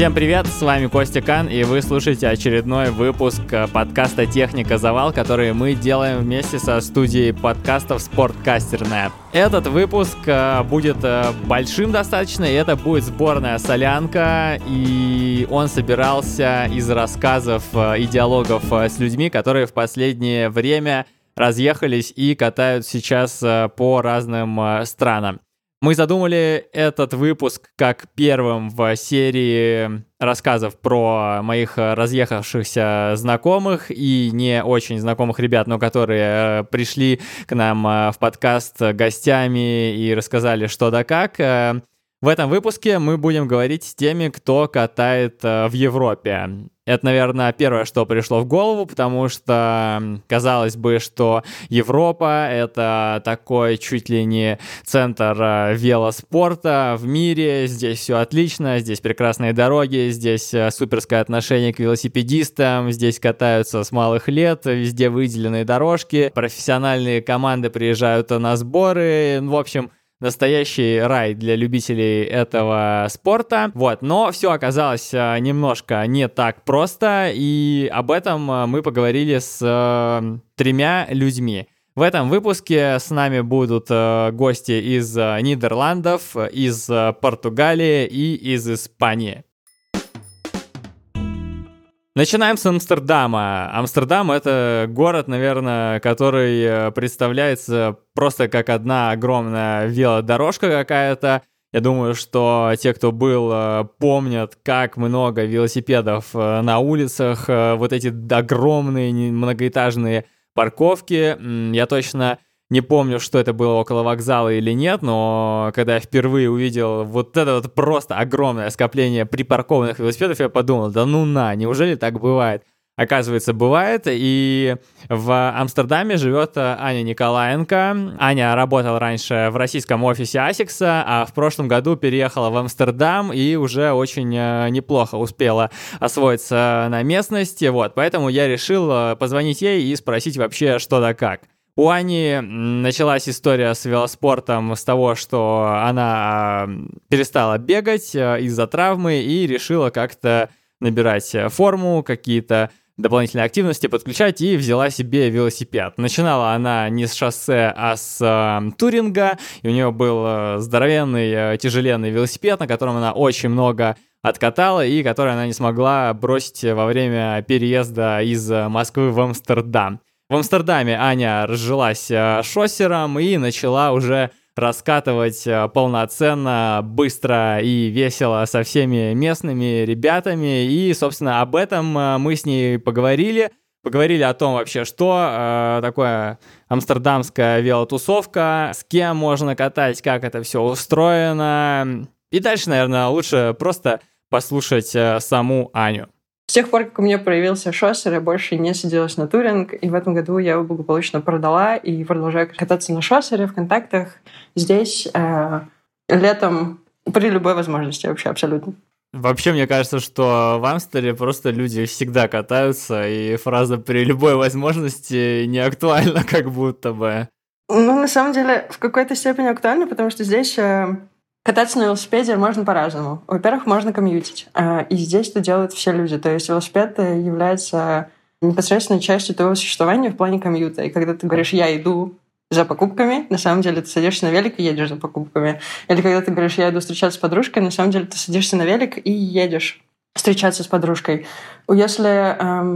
Всем привет, с вами Костя Кан, и вы слушаете очередной выпуск подкаста «Техника Завал», который мы делаем вместе со студией подкастов «Спорткастерная». Этот выпуск будет большим достаточно, и это будет сборная солянка, и он собирался из рассказов и диалогов с людьми, которые в последнее время разъехались и катают сейчас по разным странам. Мы задумали этот выпуск как первым в серии рассказов про моих разъехавшихся знакомых и не очень знакомых ребят, но которые пришли к нам в подкаст гостями и рассказали что да как. В этом выпуске мы будем говорить с теми, кто катает в Европе. Это, наверное, первое, что пришло в голову, потому что казалось бы, что Европа — это такой чуть ли не центр велоспорта в мире. Здесь все отлично, здесь прекрасные дороги, здесь суперское отношение к велосипедистам, здесь катаются с малых лет, везде выделенные дорожки, профессиональные команды приезжают на сборы, в общем... Настоящий рай для любителей этого спорта. Но все оказалось немножко не так просто, и об этом мы поговорили с тремя людьми. В этом выпуске с нами будут гости из Нидерландов, из Португалии и из Испании. Начинаем с Амстердама. Амстердам — это город, наверное, который представляется просто как одна огромная велодорожка какая-то. Я думаю, что те, кто был, помнят, как много велосипедов на улицах, вот эти огромные многоэтажные парковки. Я точно не помню, что это было около вокзала или нет, но когда я впервые увидел вот это вот просто огромное скопление припаркованных велосипедов, я подумал, неужели так бывает? Оказывается, бывает, и в Амстердаме живет Аня Николаенко. Аня работала раньше в российском офисе Асикса, а в прошлом году переехала в Амстердам и уже очень неплохо успела освоиться на местности, поэтому я решил позвонить ей и спросить вообще, что да как. У Ани началась история с велоспортом с того, что она перестала бегать из-за травмы и решила как-то набирать форму, какие-то дополнительные активности подключать, и взяла себе велосипед. Начинала она не с шоссе, а с туринга, и у нее был здоровенный, тяжеленный велосипед, на котором она очень много откатала, и который она не смогла бросить во время переезда из Москвы в Амстердам. В Амстердаме Аня разжилась шоссером и начала уже раскатывать полноценно, быстро и весело со всеми местными ребятами. И, собственно, об этом мы с ней поговорили. Поговорили о том вообще, что такое амстердамская велотусовка, с кем можно катать, как это все устроено. И дальше, наверное, лучше просто послушать саму Аню. С тех пор, как у меня появился шоссер, я больше не садилась на туринг, и в этом году я его благополучно продала и продолжаю кататься на шоссере в контактах здесь летом при любой возможности вообще абсолютно. Вообще, мне кажется, что в Амстере просто люди всегда катаются, и фраза «при любой возможности» не актуальна как будто бы. На самом деле, в какой-то степени актуальна, потому что здесь... Кататься на велосипеде можно по-разному. Во-первых, можно комьютить. И здесь это делают все люди. То есть велосипед является непосредственной частью твоего существования в плане комьюта. И когда ты говоришь «я иду за покупками», на самом деле ты садишься на велик и едешь за покупками. Или когда ты говоришь «я иду встречаться с подружкой», на самом деле ты садишься на велик и едешь встречаться с подружкой. Если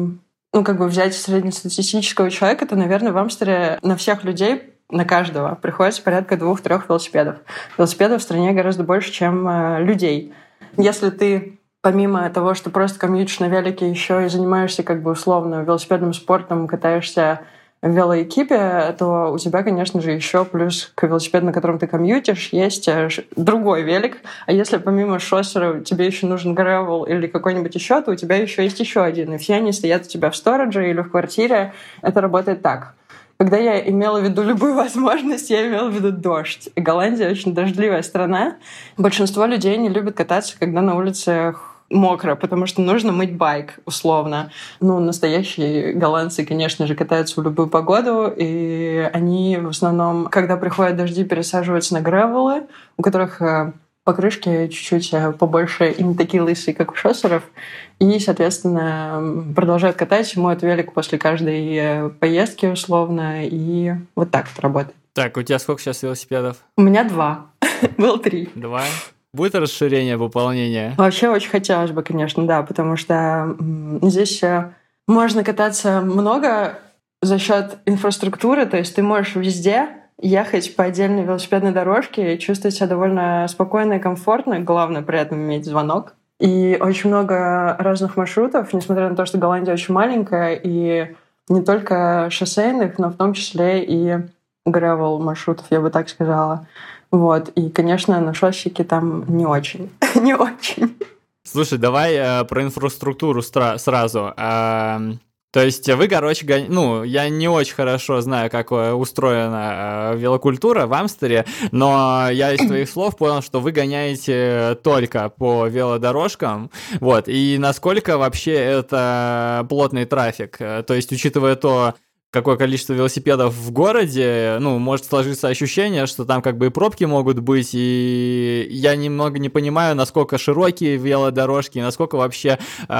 взять среднестатистического человека, то, наверное, в Амстере на всех людей на каждого приходится порядка 2-3 велосипедов. Велосипедов в стране гораздо больше, чем людей. Если ты, помимо того, что просто комьютишь на велике, еще и занимаешься условно велосипедным спортом, катаешься в велоэкипе, то у тебя, конечно же, еще плюс к велосипеду, на котором ты комьютишь, есть другой велик. А если помимо шоссера тебе еще нужен грэвел или какой-нибудь еще, то у тебя еще есть еще один. И все они стоят у тебя в сторидже или в квартире. Это работает так. Когда я имела в виду любую возможность, я имела в виду дождь. И Голландия очень дождливая страна. Большинство людей не любят кататься, когда на улице мокро, потому что нужно мыть байк, условно. Настоящие голландцы, конечно же, катаются в любую погоду, и они в основном, когда приходят дожди, пересаживаются на гревелы, у которых покрышки чуть-чуть побольше, и не такие лысые, как у шоссеров. И, соответственно, продолжают катать, моют велик после каждой поездки условно, и вот так это работает. Так, у тебя сколько сейчас велосипедов? У меня 2. Было 3. 2? Будет расширение, пополнение? Вообще очень хотелось бы, конечно, да, потому что здесь можно кататься много за счет инфраструктуры, то есть ты можешь везде ехать по отдельной велосипедной дорожке и чувствовать себя довольно спокойно и комфортно. Главное при этом иметь звонок. И очень много разных маршрутов, несмотря на то, что Голландия очень маленькая, и не только шоссейных, но в том числе и грэвел маршрутов, я бы так сказала. Вот. И, конечно, на шоссике там не очень. Не очень. Слушай, давай про инфраструктуру сразу. То есть вы, короче, я не очень хорошо знаю, как устроена велокультура в Амстере, но я из твоих слов понял, что вы гоняете только по велодорожкам, вот, и насколько вообще это плотный трафик, то есть учитывая то, какое количество велосипедов в городе, может сложиться ощущение, что там как бы и пробки могут быть, и я немного не понимаю, насколько широкие велодорожки, насколько вообще,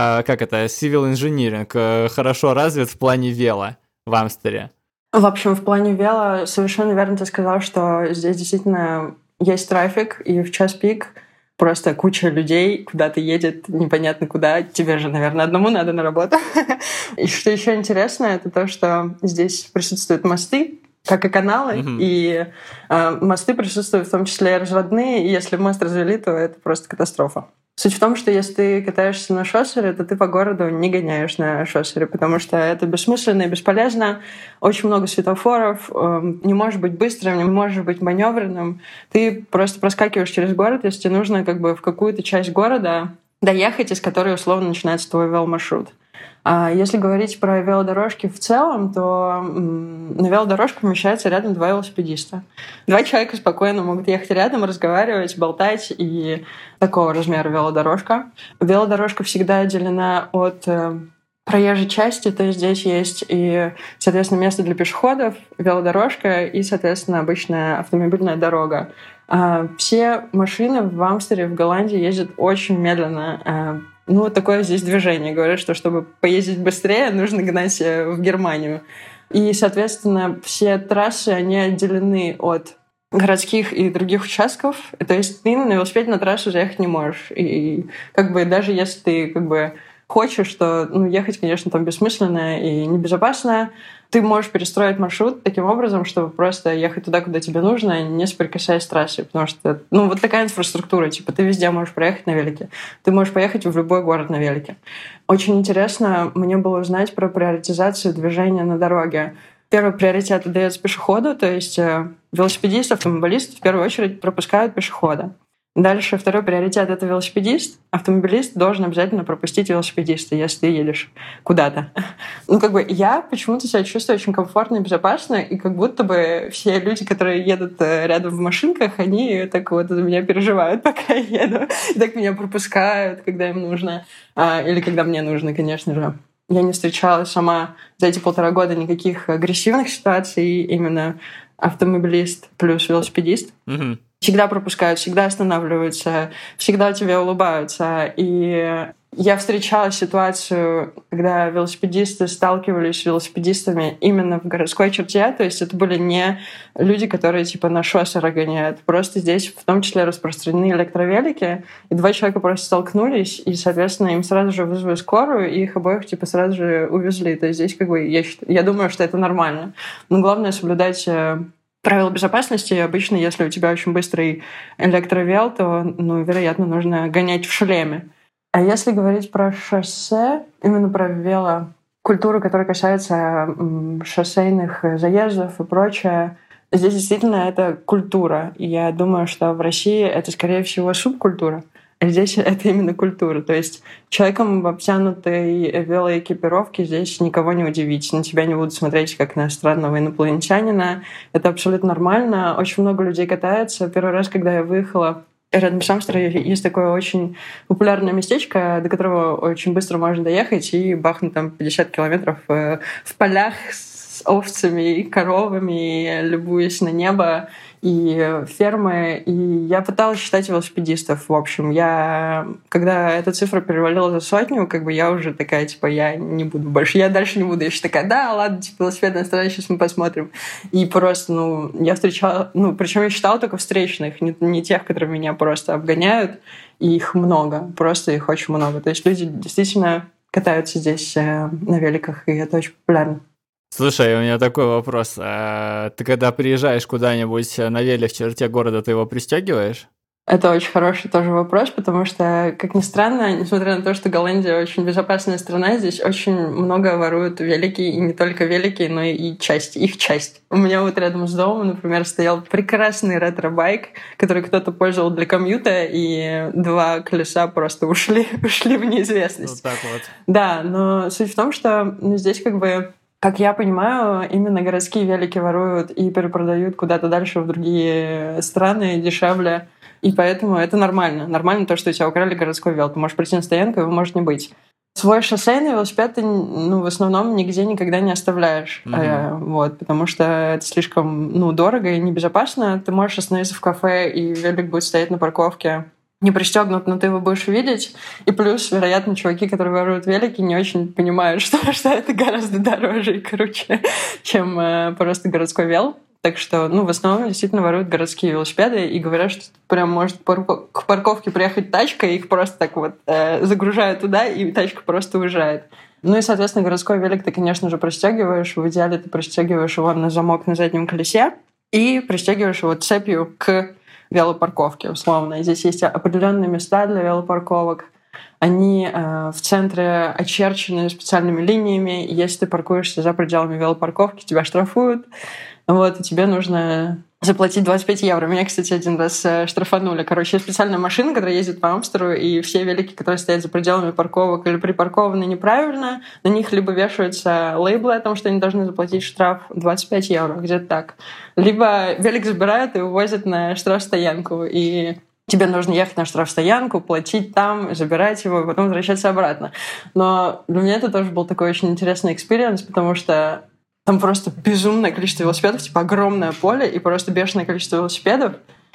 civil engineering хорошо развит в плане вело в Амстере. В общем, в плане вело совершенно верно ты сказал, что здесь действительно есть трафик, и в час пик просто куча людей куда-то едет, непонятно куда. Тебе же, наверное, одному надо на работу. И что еще интересно, это то, что здесь присутствуют мосты, как и каналы, и мосты присутствуют в том числе и разводные, и если мост развели, то это просто катастрофа. Суть в том, что если ты катаешься на шоссере, то ты по городу не гоняешь на шоссере, потому что это бессмысленно и бесполезно. Очень много светофоров, не можешь быть быстрым, не можешь быть маневренным. Ты просто проскакиваешь через город, если тебе нужно как бы в какую-то часть города доехать, из которой условно начинается твой веломаршрут. А если говорить про велодорожки в целом, то на велодорожку помещается рядом 2 велосипедиста. 2 человека спокойно могут ехать рядом, разговаривать, болтать, и такого размера велодорожка. Велодорожка всегда отделена от проезжей части, то есть здесь есть и, соответственно, место для пешеходов, велодорожка и, соответственно, обычная автомобильная дорога. Все машины в Амстере, в Голландии ездят очень медленно. Такое здесь движение. Говорят, что чтобы поездить быстрее, нужно гнать в Германию. И, соответственно, все трассы, они отделены от городских и других участков. То есть ты на велосипеде на трассу заехать не можешь. И как бы даже если ты как бы хочешь, что ехать, конечно, там бессмысленно и небезопасно, ты можешь перестроить маршрут таким образом, чтобы просто ехать туда, куда тебе нужно, не соприкасаясь с трассой. Потому что, вот такая инфраструктура. Типа, ты везде можешь проехать на велике. Ты можешь поехать в любой город на велике. Очень интересно мне было узнать про приоритизацию движения на дороге. Первый приоритет отдается пешеходу, то есть велосипедист, автомобилист в первую очередь пропускают пешехода. Дальше второй приоритет — это велосипедист. Автомобилист должен обязательно пропустить велосипедиста, если ты едешь куда-то. Я почему-то себя чувствую очень комфортно и безопасно, и как будто бы все люди, которые едут рядом в машинках, они так вот за меня переживают, пока я еду. И так меня пропускают, когда им нужно. Или когда мне нужно, конечно же. Я не встречала сама за эти 1,5 года никаких агрессивных ситуаций, именно автомобилист плюс велосипедист. Всегда пропускают, всегда останавливаются, всегда тебе улыбаются. И я встречала ситуацию, когда велосипедисты сталкивались с велосипедистами именно в городской черте. То есть это были не люди, которые типа на шоссерах гоняют. Просто здесь в том числе распространены электровелики. И 2 человека просто столкнулись, и, соответственно, им сразу же вызвали скорую, и их обоих типа сразу же увезли. То есть здесь я думаю, что это нормально. Но главное соблюдать правила безопасности. Обычно, если у тебя очень быстрый электровел, то, вероятно, нужно гонять в шлеме. А если говорить про шоссе, именно про велокультуру, которая касается шоссейных заездов и прочее, здесь действительно это культура. И я думаю, что в России это, скорее всего, субкультура. А здесь это именно культура. То есть человеком в обтянутой велоэкипировке здесь никого не удивить. На тебя не будут смотреть как на странного инопланетянина. Это абсолютно нормально. Очень много людей катается. Первый раз, когда я выехала рядом с Амстером, есть такое очень популярное местечко, до которого очень быстро можно доехать и бахнуть там 50 километров в полях с овцами и коровами, любуясь на небо и фермы. И я пыталась считать велосипедистов. В общем, когда эта цифра перевалила за 100, как бы я уже такая, типа, я не буду больше. Я дальше не буду. Я еще такая, да, ладно, типа, велосипедная страна, сейчас мы посмотрим. И просто, я встречала... причем я считала только встречных, не тех, которые меня просто обгоняют. И их много. Просто их очень много. То есть люди действительно катаются здесь на великах, и это очень популярно. Слушай, у меня такой вопрос. Ты когда приезжаешь куда-нибудь на веле в черте города, ты его пристегиваешь? Это очень хороший тоже вопрос, потому что, как ни странно, несмотря на то, что Голландия очень безопасная страна, здесь очень много воруют велики, и не только велики, но и их часть. У меня вот рядом с домом, например, стоял прекрасный ретро-байк, который кто-то пользовал для комьюта, и 2 колеса просто ушли в неизвестность. Вот так вот. Да, но суть в том, что здесь как я понимаю, именно городские велики воруют и перепродают куда-то дальше в другие страны дешевле. И поэтому это нормально. Нормально то, что у тебя украли городской вел. Ты можешь прийти на стоянку, его может не быть. Свой шоссейный велосипед ты в основном нигде никогда не оставляешь. Потому что это слишком дорого и небезопасно. Ты можешь остановиться в кафе, и велик будет стоять на парковке не пристегнут, но ты его будешь видеть. И плюс, вероятно, чуваки, которые воруют велики, не очень понимают, что это гораздо дороже и круче, чем просто городской вел. Так что, в основном действительно воруют городские велосипеды и говорят, что прям может к парковке приехать тачка, и их просто так вот загружают туда, и тачка просто уезжает. И, соответственно, городской велик ты, конечно же, пристегиваешь. В идеале ты пристегиваешь его на замок на заднем колесе и пристегиваешь его цепью к велопарковки, условно. Здесь есть определенные места для велопарковок. Они в центре очерчены специальными линиями. И если ты паркуешься за пределами велопарковки, тебя штрафуют. И тебе нужно заплатить 25 евро. Меня, кстати, один раз штрафанули. Есть специальная машина, которая ездит по Амстеру, и все велики, которые стоят за пределами парковок или припаркованы неправильно, на них либо вешаются лейблы о том, что они должны заплатить штраф 25 евро, где-то так. Либо велик забирают и увозят на штрафстоянку, и тебе нужно ехать на штрафстоянку, платить там, забирать его, и потом возвращаться обратно. Но для меня это тоже был такой очень интересный экспириенс, потому что там просто безумное количество велосипедов, огромное поле и просто бешеное количество велосипедов.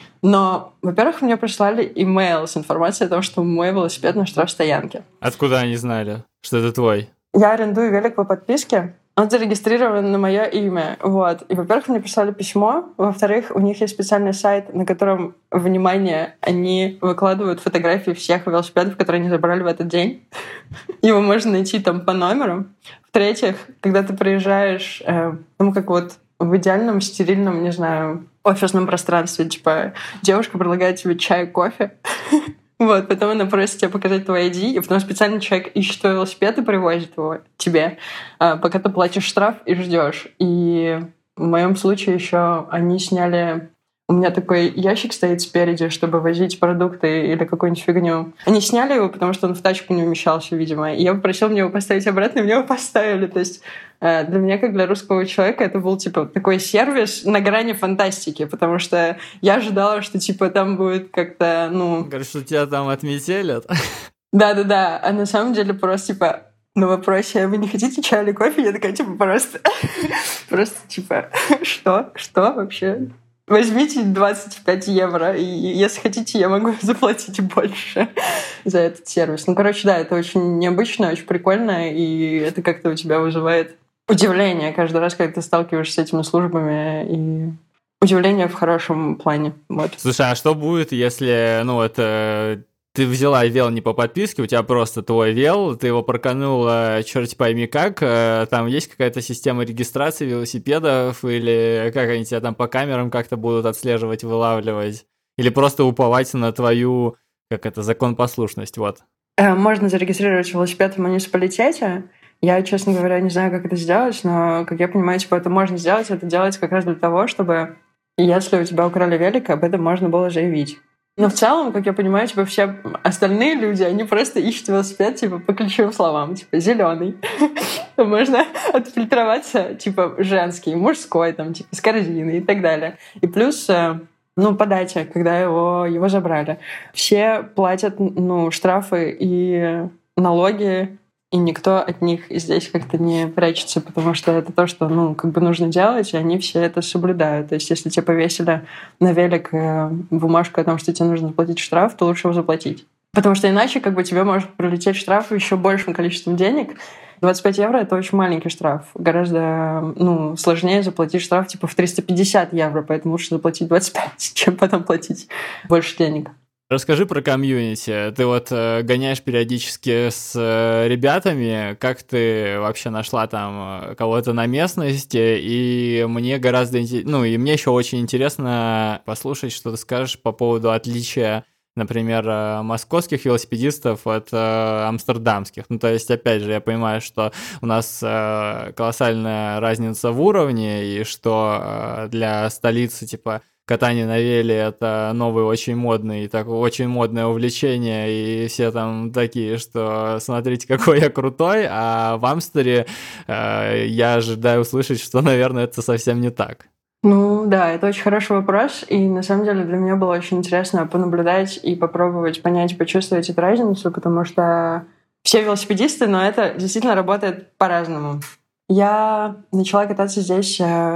Но, во-первых, мне прислали имейл с информацией о том, что мой велосипед на штрафстоянке. Откуда они знали, что это твой? Я арендую велик по подписке. Он зарегистрирован на мое имя. И, во-первых, мне прислали письмо. Во-вторых, у них есть специальный сайт, на котором, внимание, они выкладывают фотографии всех велосипедов, которые они забрали в этот день. Его можно найти там по номерам. В-третьих, когда ты приезжаешь, в идеальном, стерильном, не знаю, офисном пространстве, девушка предлагает тебе чай, кофе, потом она просит тебя показать твой ID, и потом специальный человек ищет твой велосипед и привозит его тебе, пока ты платишь штраф и ждешь. И в моем случае еще они сняли... У меня такой ящик стоит спереди, чтобы возить продукты или какую-нибудь фигню. Они сняли его, потому что он в тачку не умещался, видимо. И я попросила мне его поставить обратно, и мне его поставили. То есть для меня, как для русского человека, это был такой сервис на грани фантастики, потому что я ожидала, что там будет как-то, Говорят, что тебя там отметелят. Да-да-да. А на самом деле просто на вопросе: вы не хотите чай или кофе? Я такая, что вообще? Возьмите 25 евро, и если хотите, я могу заплатить больше за этот сервис. Это очень необычно, очень прикольно, и это как-то у тебя вызывает удивление каждый раз, когда ты сталкиваешься с этими службами, и удивление в хорошем плане. Слушай, а что будет, если, ты взяла вел не по подписке, у тебя просто твой вел, ты его проканула черти пойми как, там есть какая-то система регистрации велосипедов, или как они тебя там по камерам как-то будут отслеживать, вылавливать, или просто уповать на твою, законопослушность, Можно зарегистрировать велосипед в муниципалитете. Я, честно говоря, не знаю, как это сделать, но, как я понимаю, это можно сделать. Это делается как раз для того, чтобы, если у тебя украли велик, об этом можно было заявить. Но в целом, как я понимаю, все остальные люди, они просто ищут велосипед, по ключевым словам, зеленый. Можно отфильтроваться, женский, мужской, с корзиной и так далее. И плюс, по дате, когда его забрали. Все платят, штрафы и налоги и никто от них здесь как-то не прячется, потому что это то, что, нужно делать, и они все это соблюдают. То есть если тебе повесили на велик бумажку о том, что тебе нужно заплатить штраф, то лучше его заплатить. Потому что иначе тебе может прилететь штраф еще большим количеством денег. 25 евро — это очень маленький штраф. Гораздо сложнее заплатить штраф в 350 евро, поэтому лучше заплатить 25, чем потом платить больше денег. Расскажи про комьюнити. Ты гоняешь периодически с ребятами. Как ты вообще нашла там кого-то на местности? И мне и мне еще очень интересно послушать, что ты скажешь по поводу отличия, например, московских велосипедистов от амстердамских. То есть, опять же, я понимаю, что у нас колоссальная разница в уровне, и что для столицы, катание на веле — это новый очень модный, очень модное увлечение, и все там такие, что смотрите, какой я крутой, а в Амстере я ожидаю услышать, что, наверное, это совсем не так. Да, это очень хороший вопрос, и на самом деле для меня было очень интересно понаблюдать и попробовать понять, почувствовать эту разницу, потому что все велосипедисты, но это действительно работает по-разному. Я начала кататься здесь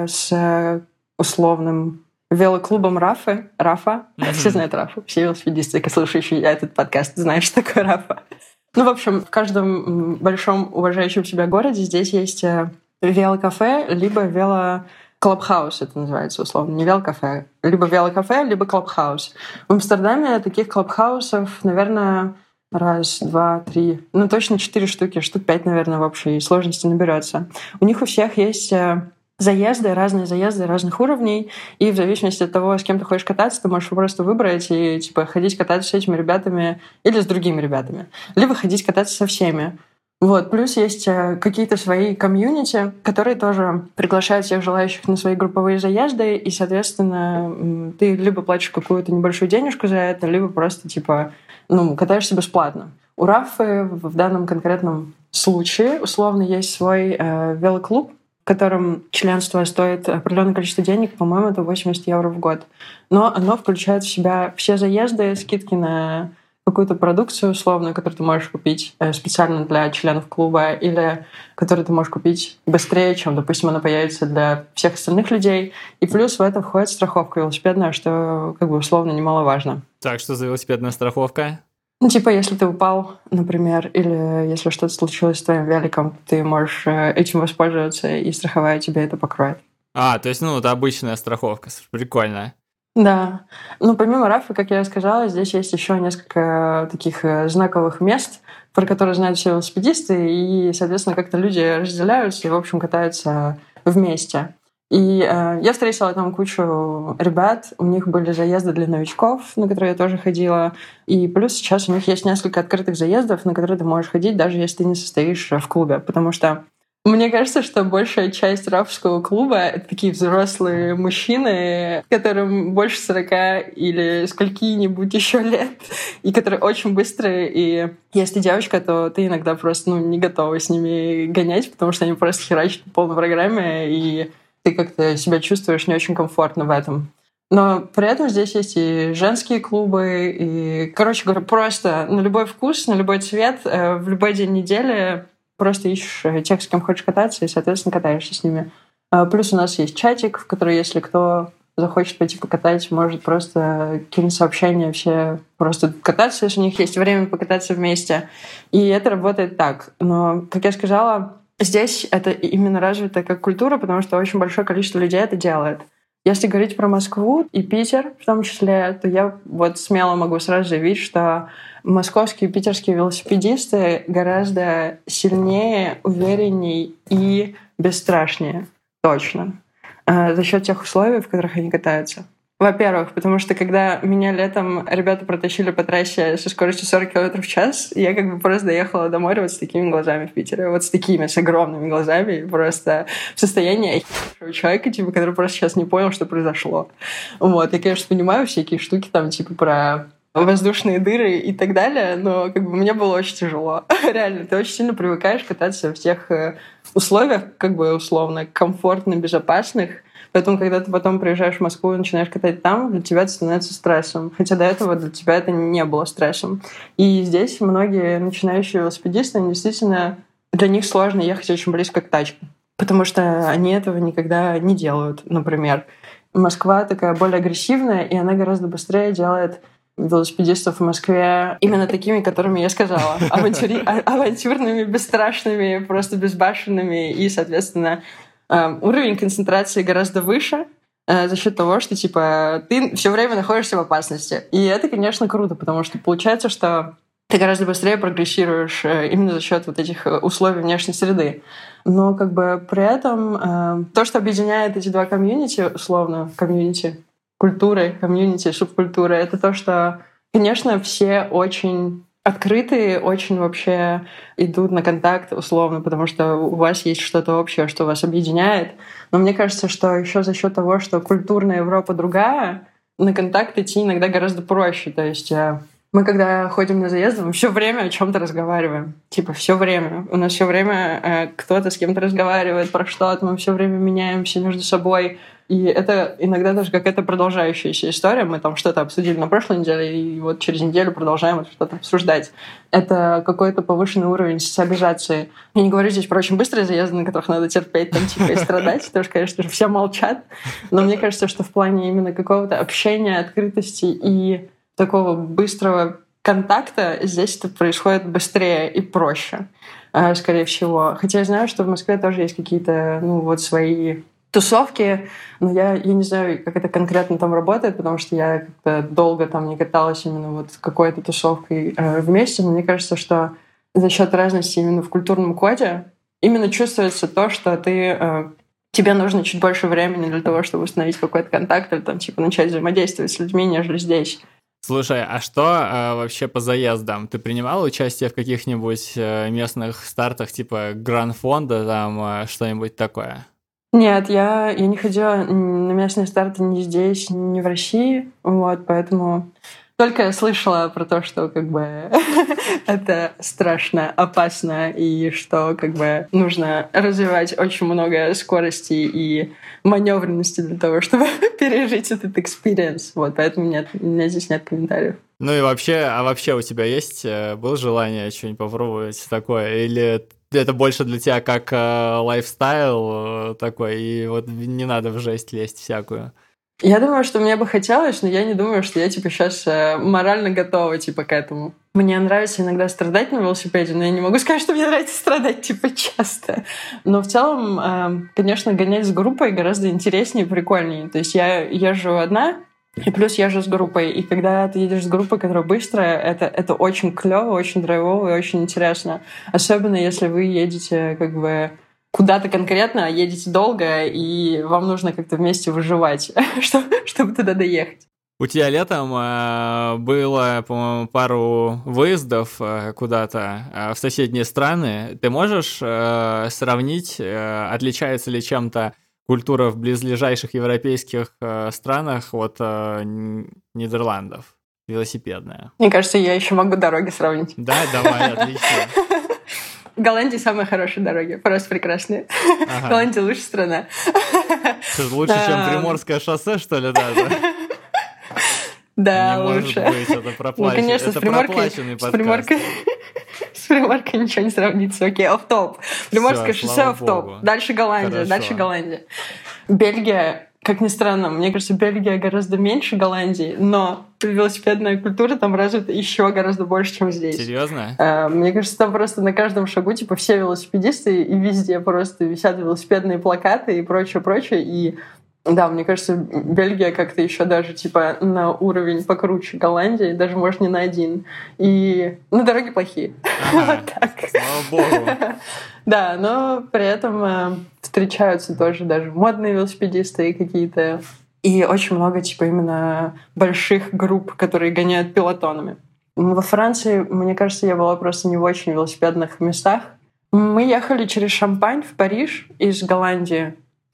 с условным велоклубом Рафа. Все знают Рафа. Все велосипедисты, слушающие этот подкаст, знают, что такое Рафа. В общем, в каждом большом уважающем себя городе здесь есть велокафе, либо велоклабхаус, это называется условно. Не велокафе. Либо велокафе, либо клабхаус. В Амстердаме таких клабхаусов, наверное, 1, 2, 3, точно 4 штуки, штук 5, наверное, в общей сложности наберется. У них у всех есть разные заезды разных уровней, и в зависимости от того, с кем ты хочешь кататься, ты можешь просто выбрать и ходить кататься с этими ребятами или с другими ребятами, либо ходить кататься со всеми. Плюс есть какие-то свои комьюнити, которые тоже приглашают всех желающих на свои групповые заезды, и, соответственно, ты либо платишь какую-то небольшую денежку за это, либо просто катаешься бесплатно. У Рафы в данном конкретном случае условно есть свой велоклуб, в котором членство стоит определенное количество денег, по-моему, это 80 евро в год. Но оно включает в себя все заезды, скидки на какую-то продукцию условную, которую ты можешь купить специально для членов клуба, или которую ты можешь купить быстрее, чем, допустим, она появится для всех остальных людей. И плюс в это входит страховка велосипедная, что условно немаловажно. Так, что за велосипедная страховка? Если ты упал, например, или если что-то случилось с твоим великом, ты можешь этим воспользоваться, и страховая тебе это покроет. То есть, это обычная страховка. Прикольно. Да. Помимо Рафа, как я сказала, здесь есть еще несколько таких знаковых мест, про которые знают все велосипедисты, и, соответственно, как-то люди разделяются и, в общем, катаются вместе. И я встретила там кучу ребят, у них были заезды для новичков, на которые я тоже ходила, и плюс сейчас у них есть несколько открытых заездов, на которые ты можешь ходить, даже если ты не состоишь в клубе, потому что мне кажется, что большая часть рафского клуба — это такие взрослые мужчины, которым больше 40 или скольки-нибудь еще лет, и которые очень быстрые, и если девочка, то ты иногда просто не готова с ними гонять, потому что они просто херачат по полной программе, и ты как-то себя чувствуешь не очень комфортно в этом. Но при этом здесь есть и женские клубы, и, короче говоря, просто на любой вкус, на любой цвет, в любой день недели просто ищешь тех, с кем хочешь кататься, и, соответственно, катаешься с ними. Плюс у нас есть чатик, в который, если кто захочет пойти покатать, может просто кинуть сообщение, все просто кататься, если у них есть время покататься вместе. И это работает так. Но, как я сказала, здесь это именно развито как культура, потому что очень большое количество людей это делает. Если говорить про Москву и Питер в том числе, то я смело могу сразу заявить, что московские и питерские велосипедисты гораздо сильнее, уверенней и бесстрашнее. Точно. За счет тех условий, в которых они катаются. Во-первых, потому что когда меня летом ребята протащили по трассе со скоростью 40 км в час, я просто доехала до моря с такими глазами в Питере. С огромными глазами, просто в состоянии человека, который просто сейчас не понял, что произошло. Я, конечно, понимаю всякие штуки про воздушные дыры и так далее, но как бы мне было очень тяжело. Реально, ты очень сильно привыкаешь кататься в тех условиях, как бы условно, комфортно, безопасных. Поэтому, когда ты потом приезжаешь в Москву и начинаешь катать там, для тебя это становится стрессом. Хотя до этого для тебя это не было стрессом. И здесь многие начинающие велосипедисты, они действительно, для них сложно ехать очень близко к тачке. Потому что они этого никогда не делают, например. Москва такая более агрессивная, и она гораздо быстрее делает велосипедистов в Москве именно такими, которыми я сказала. Авантюрными, бесстрашными, просто безбашенными. И, соответственно, уровень концентрации гораздо выше за счет того, что типа ты все время находишься в опасности. И это, конечно, круто, потому что получается, что ты гораздо быстрее прогрессируешь именно за счет вот этих условий внешней среды. Но как бы при этом то, что объединяет эти два комьюнити, условно, комьюнити культуры, комьюнити, субкультуры, это то, что, конечно, все очень открытые, очень вообще идут на контакт условно, потому что у вас есть что-то общее, что вас объединяет. Но мне кажется, что еще за счет того, что культурная Европа другая, на контакт идти иногда гораздо проще. То есть мы, когда ходим на заезды, мы все время о чем-то разговариваем. Типа все время. У нас все время кто-то с кем-то разговаривает про что-то, мы все время меняемся между собой. И это иногда даже какая-то продолжающаяся история. Мы там что-то обсудили на прошлой неделе, и вот через неделю продолжаем это что-то обсуждать. Это какой-то повышенный уровень социализации. Я не говорю здесь про очень быстрые заезды, на которых надо терпеть там, типа, и страдать, потому что, конечно же, все молчат. Но мне кажется, что в плане именно какого-то общения, открытости и такого быстрого контакта здесь это происходит быстрее и проще, скорее всего. Хотя я знаю, что в Москве тоже есть какие-то, свои тусовки, но я не знаю, как это конкретно там работает, потому что я как-то долго там не каталась именно вот с какой-то тусовкой вместе, но мне кажется, что за счет разности именно в культурном коде именно чувствуется то, что тебе нужно чуть больше времени для того, чтобы установить какой-то контакт или там типа начать взаимодействовать с людьми, нежели здесь. Слушай, а что вообще по заездам? Ты принимала участие в каких-нибудь местных стартах типа Гран-фонда, там что-нибудь такое? Нет, я не ходила на местные старты ни здесь, ни в России, вот, поэтому только слышала про то, что как бы это страшно, опасно, и что как бы нужно развивать очень много скорости и маневренности для того, чтобы пережить этот экспириенс. Вот, поэтому нет, у меня здесь нет комментариев. Ну и вообще у тебя есть, было желание что-нибудь попробовать такое? Или это больше для тебя как лайфстайл такой, и вот не надо в жесть лезть всякую? Я думаю, что мне бы хотелось, но я не думаю, что я сейчас морально готова к этому. Мне нравится иногда страдать на велосипеде, но я не могу сказать, что мне нравится страдать часто. Но в целом, конечно, гонять с группой гораздо интереснее и прикольнее. То есть я езжу одна, и плюс езжу с группой. И когда ты едешь с группой, которая быстрая, это очень клево, очень драйвово и очень интересно. Особенно если вы едете как бы куда-то конкретно, едете долго, и вам нужно как-то вместе выживать, чтобы туда доехать. У тебя летом было, по-моему, пару выездов куда-то в соседние страны. Ты можешь сравнить, отличается ли чем-то культура в близлежащих европейских странах от Нидерландов, велосипедная? Мне кажется, я еще могу дороги сравнить. Да, давай, отлично. В Голландии самые хорошие дороги, просто прекрасные. Ага. Голландия лучшая страна. Лучше, чем Приморское шоссе, что ли, даже? Да, не лучше. Может быть, это проплаченный, конечно, это проплаченный подкаст. С Приморкой ничего не сравнится. Окей, офф-топ. Приморское шоссе офф-топ. Дальше Голландия. Бельгия, как ни странно, мне кажется, Бельгия гораздо меньше Голландии, но велосипедная культура там развита еще гораздо больше, чем здесь. Серьезно? Мне кажется, там просто на каждом шагу все велосипедисты, и везде просто висят велосипедные плакаты и прочее. И да, мне кажется, Бельгия как-то еще даже на уровень покруче Голландии, даже, может, не на один. И дороги плохие. Вот так. Слава богу. Да, но при этом встречаются тоже даже модные велосипедисты и какие-то. И очень много именно больших групп, которые гоняют пелотонами. Во Франции, мне кажется, я была просто не в очень велосипедных местах. Мы ехали через Шампань в Париж из Голландии.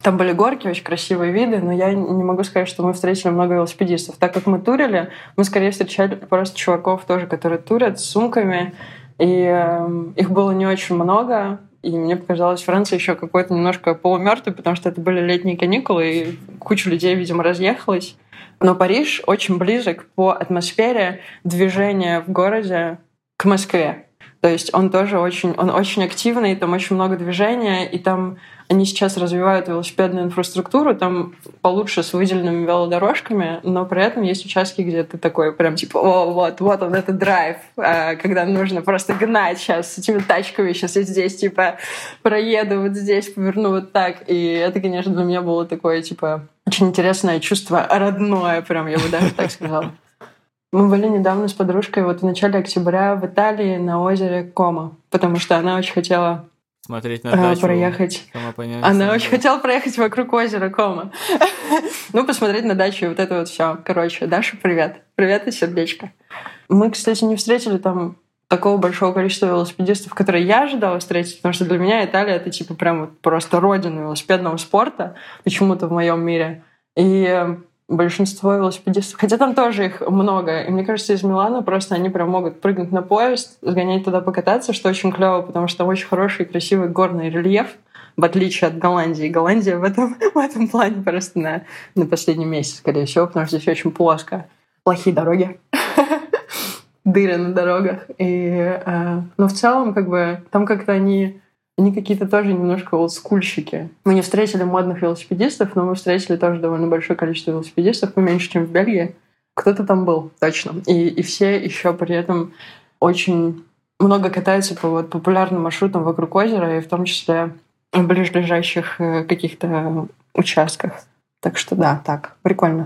Там были горки, очень красивые виды, но я не могу сказать, что мы встретили много велосипедистов. Так как мы турили, мы скорее встречали просто чуваков тоже, которые турят с сумками, и их было не очень много. И мне показалось, Франция еще какой-то немножко полумертвый, потому что это были летние каникулы, и куча людей, видимо, разъехалась. Но Париж очень близок по атмосфере движения в городе к Москве. То есть он очень активный, там очень много движения, и там они сейчас развивают велосипедную инфраструктуру, там получше с выделенными велодорожками, но при этом есть участки, где ты такой прям типа, о, вот он, это драйв, когда нужно просто гнать сейчас с этими тачками, сейчас я здесь типа проеду, вот здесь поверну вот так. И это, конечно, для меня было такое типа очень интересное чувство родное, прям я бы даже так сказала. Мы были недавно с подружкой вот в начале октября в Италии на озере Кома, потому что она очень хотела смотреть на дачу. Проехать. Она очень хотела проехать вокруг озера Кома. Ну, посмотреть на дачу и вот это вот все. Короче, Даша, привет. Привет и сердечко. Мы, кстати, не встретили там такого большого количества велосипедистов, которые я ожидала встретить, потому что для меня Италия — это типа прям вот просто родина велосипедного спорта почему-то в моем мире. И большинство велосипедистов, хотя там тоже их много, и мне кажется, из Милана просто они прям могут прыгнуть на поезд, сгонять туда покататься, что очень клево, потому что там очень хороший, красивый горный рельеф, в отличие от Голландии. Голландия в этом плане просто на последнем месте, скорее всего, потому что здесь очень плоско. Плохие дороги. Дыры на дорогах. Но в целом, как бы, там как-то они какие-то тоже немножко олдскульщики. Мы не встретили модных велосипедистов, но мы встретили тоже довольно большое количество велосипедистов, поменьше, чем в Бельгии. Кто-то там был, точно. И все еще при этом очень много катаются по вот популярным маршрутам вокруг озера, и в том числе в ближайших каких-то участках. Так что да, так, прикольно.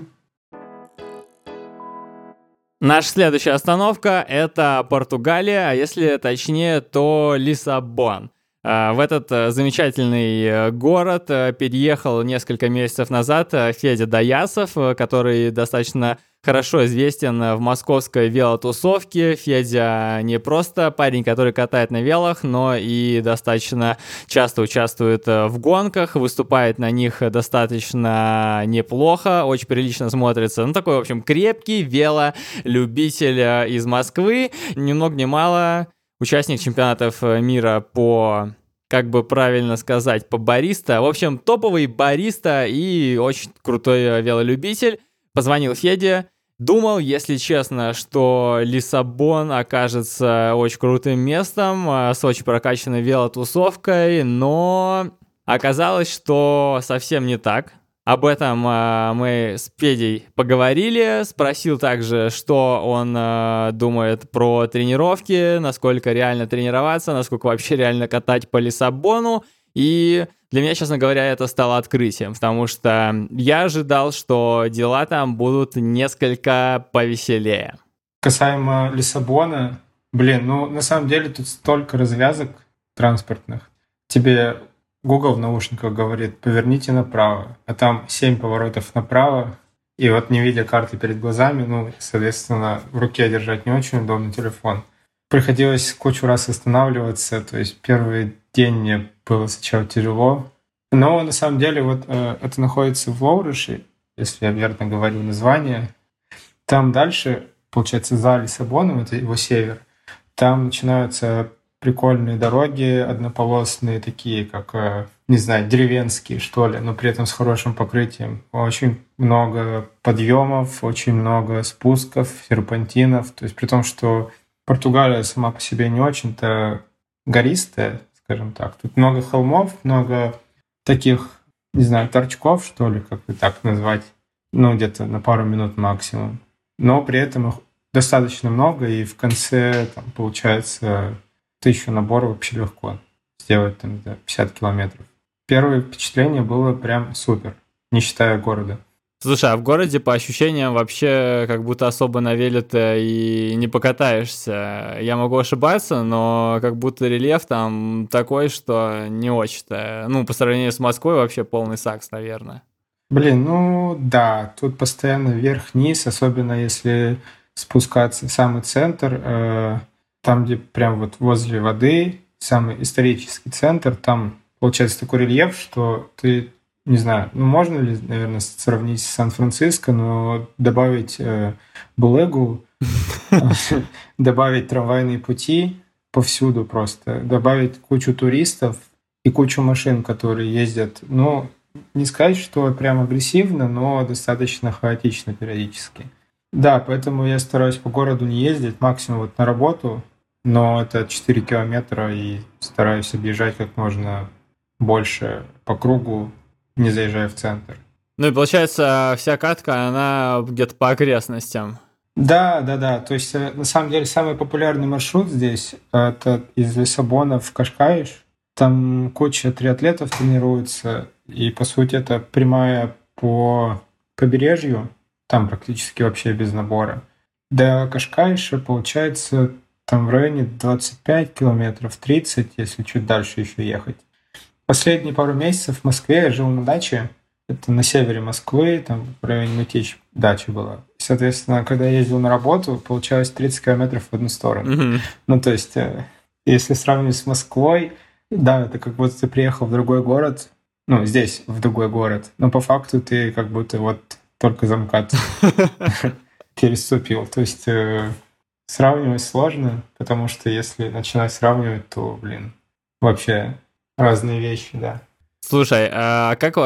Наша следующая остановка — это Португалия, а если точнее, то Лиссабон. В этот замечательный город переехал несколько месяцев назад Федя Даясов, который достаточно хорошо известен в московской велотусовке. Федя не просто парень, который катает на велах, но и достаточно часто участвует в гонках, выступает на них достаточно неплохо, очень прилично смотрится. Ну, такой, в общем, крепкий велолюбитель из Москвы. Ни много ни мало участник чемпионатов мира по, как бы правильно сказать, по бариста. В общем, топовый бариста и очень крутой велолюбитель. Позвонил Феде. Думал, если честно, что Лиссабон окажется очень крутым местом с очень прокачанной велотусовкой, но оказалось, что совсем не так. Об этом мы с Федей поговорили, спросил также, что он думает про тренировки, насколько реально тренироваться, насколько вообще реально катать по Лиссабону. И для меня, честно говоря, это стало открытием, потому что я ожидал, что дела там будут несколько повеселее. Касаемо Лиссабона, на самом деле тут столько развязок транспортных. Тебе Google в наушниках говорит, поверните направо, а там 7 поворотов направо, и вот не видя карты перед глазами, соответственно, в руке держать не очень удобно телефон. Приходилось кучу раз останавливаться, то есть первый день мне было сначала тяжело. Но на самом деле это находится в Лоуреше, если я верно говорю название. Там дальше, получается, за Лиссабоном, это его север, там начинаются прикольные дороги, однополосные, такие как, деревенские, что ли, но при этом с хорошим покрытием. Очень много подъемов, очень много спусков, серпантинов. То есть при том, что Португалия сама по себе не очень-то гористая, скажем так. Тут много холмов, много таких, торчков, что ли, как бы так назвать. Где-то на пару минут максимум. Но при этом их достаточно много, и в конце получается 1000 наборов вообще легко сделать 50 километров. Первое впечатление было прям супер, не считая города. Слушай, а в городе по ощущениям вообще как будто особо на веле-то и не покатаешься. Я могу ошибаться, но как будто рельеф там такой, что не очень-то. По сравнению с Москвой вообще полный сакс, наверное. Да, тут постоянно вверх-вниз, особенно если спускаться в самый центр, там, где прям вот возле воды, самый исторический центр, там получается такой рельеф, что ты не знаю, ну можно ли, наверное, сравнить с Сан-Франциско, но добавить Булегу, добавить трамвайные пути повсюду просто, добавить кучу туристов и кучу машин, которые ездят, ну, не сказать, что прям агрессивно, но достаточно хаотично периодически. Да, поэтому я стараюсь по городу не ездить, максимум вот на работу, но это 4 километра, и стараюсь объезжать как можно больше по кругу, не заезжая в центр. Ну и получается, вся катка, она где-то по окрестностям. Да. То есть, на самом деле, самый популярный маршрут здесь — это из Лиссабона в Кашкаиш. Там куча триатлетов тренируется, и, по сути, это прямая по побережью, там практически вообще без набора. До Кашкаиша, получается, там в районе 25 километров, 30, если чуть дальше еще ехать. Последние пару месяцев в Москве я жил на даче. Это на севере Москвы, там в районе Мытищ дача была. И, соответственно, когда я ездил на работу, получалось 30 километров в одну сторону. Mm-hmm. Ну, то есть, если сравнивать с Москвой, да, это как будто ты приехал в другой город, ну, здесь, в другой город, но по факту ты как будто вот только замкат переступил. То есть, сравнивать сложно, потому что если начинать сравнивать, то, вообще разные вещи, да. Слушай, а как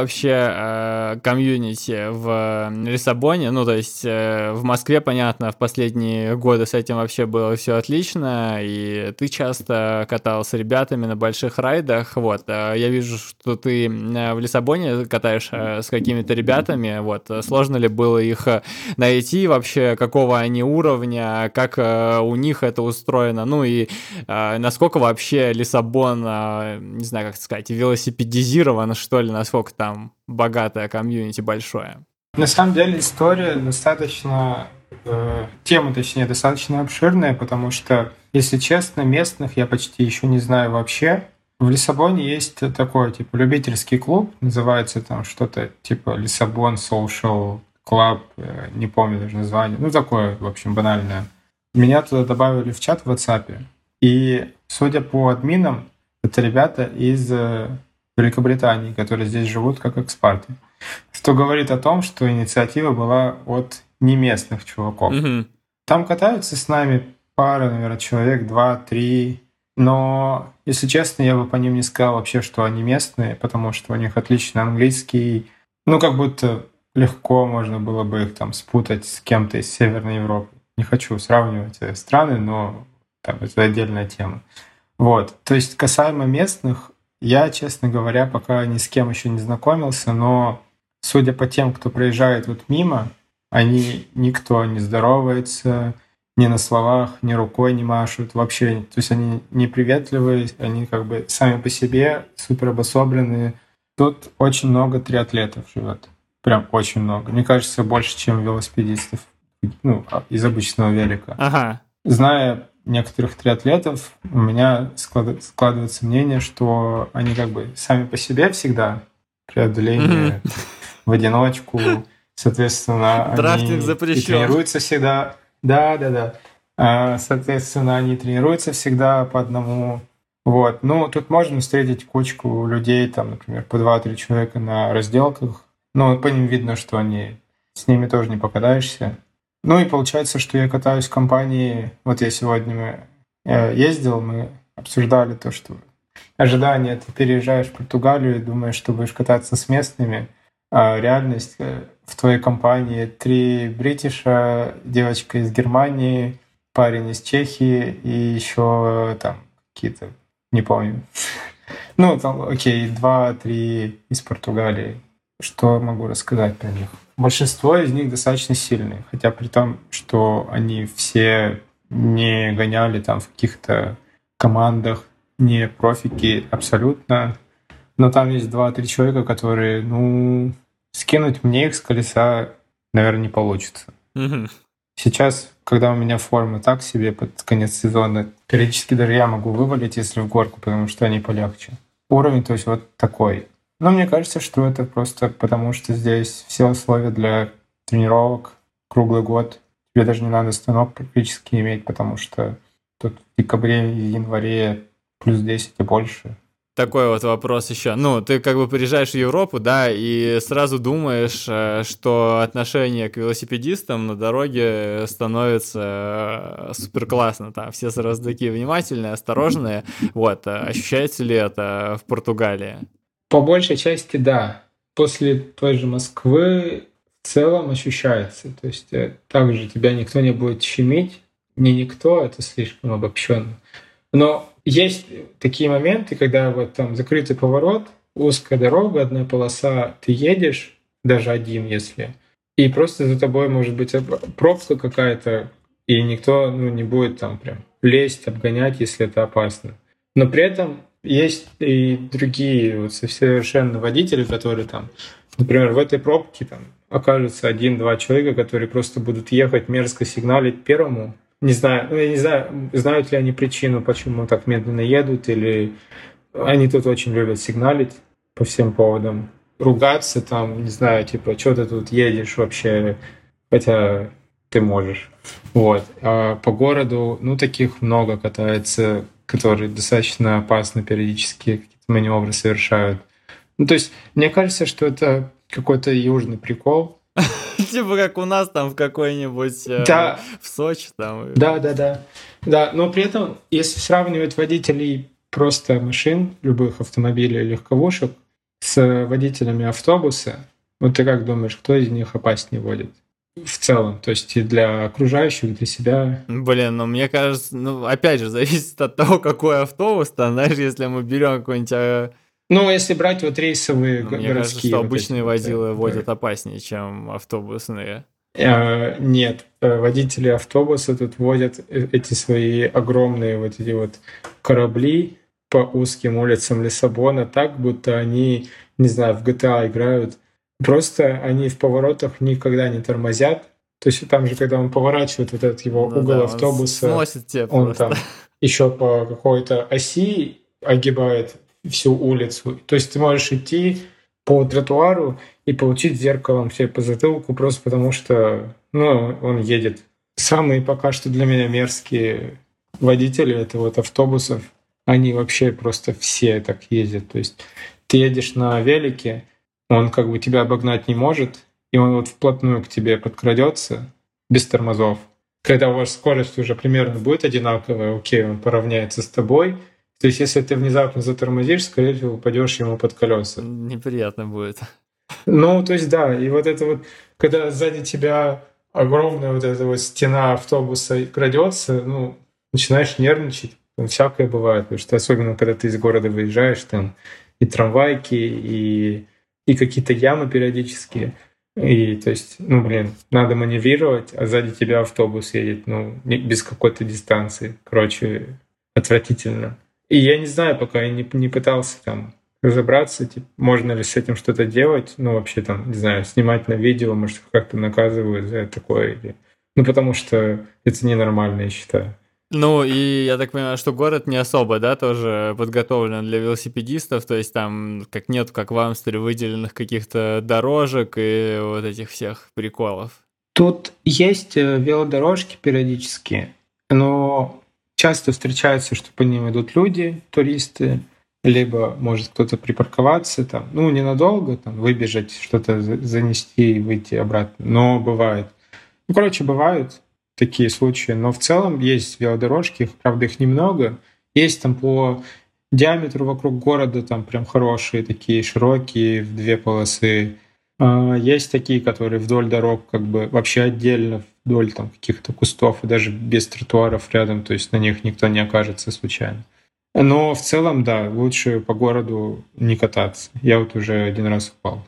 вообще комьюнити в Лиссабоне? Ну, то есть в Москве, понятно, в последние годы с этим вообще было все отлично, и ты часто катался с ребятами на больших райдах, вот. Я вижу, что ты в Лиссабоне катаешь с какими-то ребятами, вот. Сложно ли было их найти вообще, какого они уровня, как у них это устроено, ну и насколько вообще Лиссабон, не знаю, как сказать, велосипедизирован, что ли, насколько там богатое комьюнити большое? На самом деле история достаточно, тема, точнее, достаточно обширная, потому что, если честно, местных я почти еще не знаю вообще. В Лиссабоне есть такой, типа, любительский клуб, называется там что-то типа Лиссабон Social Club, не помню даже название, ну, такое, в общем, банальное. Меня туда добавили в чат в WhatsApp, и, судя по админам, это ребята из Великобритании, которые здесь живут как экспаты. Что говорит о том, что инициатива была от неместных чуваков. Mm-hmm. Там катаются с нами пара, наверное, человек, 2-3. Но, если честно, я бы по ним не сказал вообще, что они местные, потому что у них отличный английский. Ну, как будто легко можно было бы их там спутать с кем-то из Северной Европы. Не хочу сравнивать страны, но там, это отдельная тема. Вот. То есть, касаемо местных, я, честно говоря, пока ни с кем еще не знакомился, но судя по тем, кто проезжает вот мимо, они никто не здоровается, ни на словах, ни рукой не машут, вообще. То есть они неприветливые, они как бы сами по себе супер обособленные. Тут очень много триатлетов живет. Прям очень много. Мне кажется, больше, чем велосипедистов, ну, из обычного велика. Ага. Зная некоторых триатлетов, у меня складывается мнение, что они как бы сами по себе всегда преодоление в одиночку, соответственно, они и тренируются всегда. Да. Соответственно, они тренируются всегда по одному. Вот. Ну, тут можно встретить кучку людей, там, например, по 2-3 человека на разделках. Но по ним видно, что они с ними тоже не покатаешься. Ну и получается, что я катаюсь в компании. Вот я сегодня ездил, мы обсуждали то, что ожидание, ты переезжаешь в Португалию и думаешь, что будешь кататься с местными, а реальность в твоей компании 3 бритиша, девочка из Германии, парень из Чехии и еще там какие-то, не помню. Ну, там, окей, 2-3 из Португалии. Что могу рассказать про них? Большинство из них достаточно сильные, хотя при том, что они все не гоняли там в каких-то командах, не профики абсолютно. Но там есть 2-3 человека, которые, ну, скинуть мне их с колеса, наверное, не получится. Mm-hmm. Сейчас, когда у меня форма так себе под конец сезона, периодически даже я могу вывалить, если в горку, потому что они полегче. Уровень, то есть вот такой. Но мне кажется, что это просто потому, что здесь все условия для тренировок круглый год. Тебе даже не надо станок практически иметь, потому что тут в декабре и январе плюс 10 и больше. такой вот вопрос еще. Ну, ты как бы приезжаешь в Европу, да, и сразу думаешь, что отношение к велосипедистам на дороге становится супер классно. Там все сразу такие внимательные, осторожные. Вот, ощущается ли это в Португалии? По большей части, да. После той же Москвы в целом ощущается. То есть также тебя никто не будет щемить. Не никто, это слишком обобщенно. Но есть такие моменты, когда вот там закрытый поворот, узкая дорога, одна полоса, ты едешь, даже один, если, и просто за тобой может быть пробка какая-то, и никто не будет там прям лезть, обгонять, если это опасно. Но при этом есть и другие вот совершенно водители, которые там, например, в этой пробке там окажется 1-2 человека, которые просто будут ехать, мерзко сигналить первому. Не знаю, я не знаю, знают ли они причину, почему так медленно едут, или они тут очень любят сигналить по всем поводам, ругаться там, не знаю, типа, что ты тут едешь вообще, хотя ты можешь. Вот. А по городу, таких много катается, которые достаточно опасно периодически какие-то маневры совершают. То есть, мне кажется, что это какой-то южный прикол. Типа как у нас там в какой-нибудь в Сочи там. Да, но при этом, если сравнивать водителей просто машин, любых автомобилей, легковушек, с водителями автобуса, вот ты как думаешь, кто из них опаснее водит? В целом, то есть и для окружающих, для себя. Блин, мне кажется, опять же, зависит от того, какой автобус там, знаешь, если мы берем какой-нибудь... если брать вот рейсовые городские... Мне кажется, что обычные водилы водят опаснее, чем автобусные. Нет, водители автобуса тут водят эти свои огромные вот эти вот корабли по узким улицам Лиссабона так, будто они, не знаю, в GTA играют. Просто они в поворотах никогда не тормозят. То есть там же, когда он поворачивает вот этот его угол автобуса, он там еще по какой-то оси огибает всю улицу. То есть ты можешь идти по тротуару и получить зеркалом себе по затылку просто потому, что он едет. Самые пока что для меня мерзкие водители это вот автобусов. Они вообще просто все так ездят. То есть ты едешь на велике, он как бы тебя обогнать не может, и он вот вплотную к тебе подкрадется без тормозов. Когда у вас скорость уже примерно будет одинаковая, окей, он поравняется с тобой. То есть если ты внезапно затормозишь, скорее всего, упадешь ему под колеса. Неприятно будет. То есть да, и вот это вот, когда сзади тебя огромная вот эта вот стена автобуса крадется, начинаешь нервничать. Всякое бывает, потому что особенно, когда ты из города выезжаешь, там и трамвайки, и какие-то ямы периодические. И то есть, надо маневрировать, а сзади тебя автобус едет, без какой-то дистанции. Короче, отвратительно. И я не знаю, пока я не пытался там разобраться, можно ли с этим что-то делать, вообще там, не знаю, снимать на видео, может, как-то наказывают за такое. Потому что это ненормально, я считаю. И я так понимаю, что город не особо, да, тоже подготовлен для велосипедистов, то есть там нет, как в Амстере, выделенных каких-то дорожек и вот этих всех приколов. Тут есть велодорожки периодически, но часто встречается, что по ним идут люди, туристы, либо может кто-то припарковаться, там, ненадолго, там, выбежать, что-то занести и выйти обратно, но бывает. Бывают такие случаи, но в целом есть велодорожки, правда, их немного. Есть там по диаметру вокруг города, там прям хорошие, такие широкие, в 2 полосы. Есть такие, которые вдоль дорог как бы вообще отдельно, вдоль там каких-то кустов и даже без тротуаров рядом, то есть на них никто не окажется случайно. Но в целом, да, лучше по городу не кататься. Я вот уже 1 раз упал.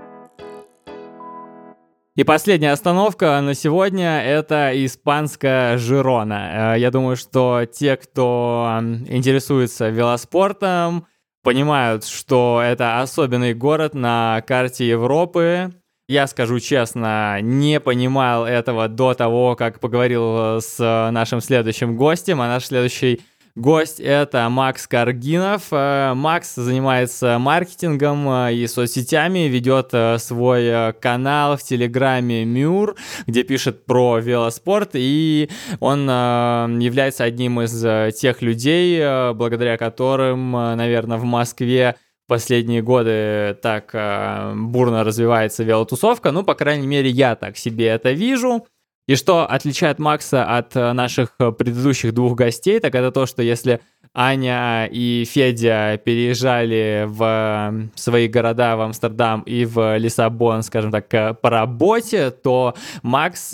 И последняя остановка на сегодня — это испанская Жирона. Я думаю, что те, кто интересуется велоспортом, понимают, что это особенный город на карте Европы. Я скажу честно, не понимал этого до того, как поговорил с нашим следующим гостем. А наш следующий Гость — это Макс Каргинов. Макс занимается маркетингом и соцсетями, ведет свой канал в Телеграме Мюр, где пишет про велоспорт, и он является одним из тех людей, благодаря которым, наверное, в Москве последние годы так бурно развивается велотусовка. Ну, по крайней мере, я так себе это вижу. И что отличает Макса от наших предыдущих двух гостей, так это то, что если Аня и Федя переезжали в свои города, в Амстердам и в Лиссабон, скажем так, по работе, то Макс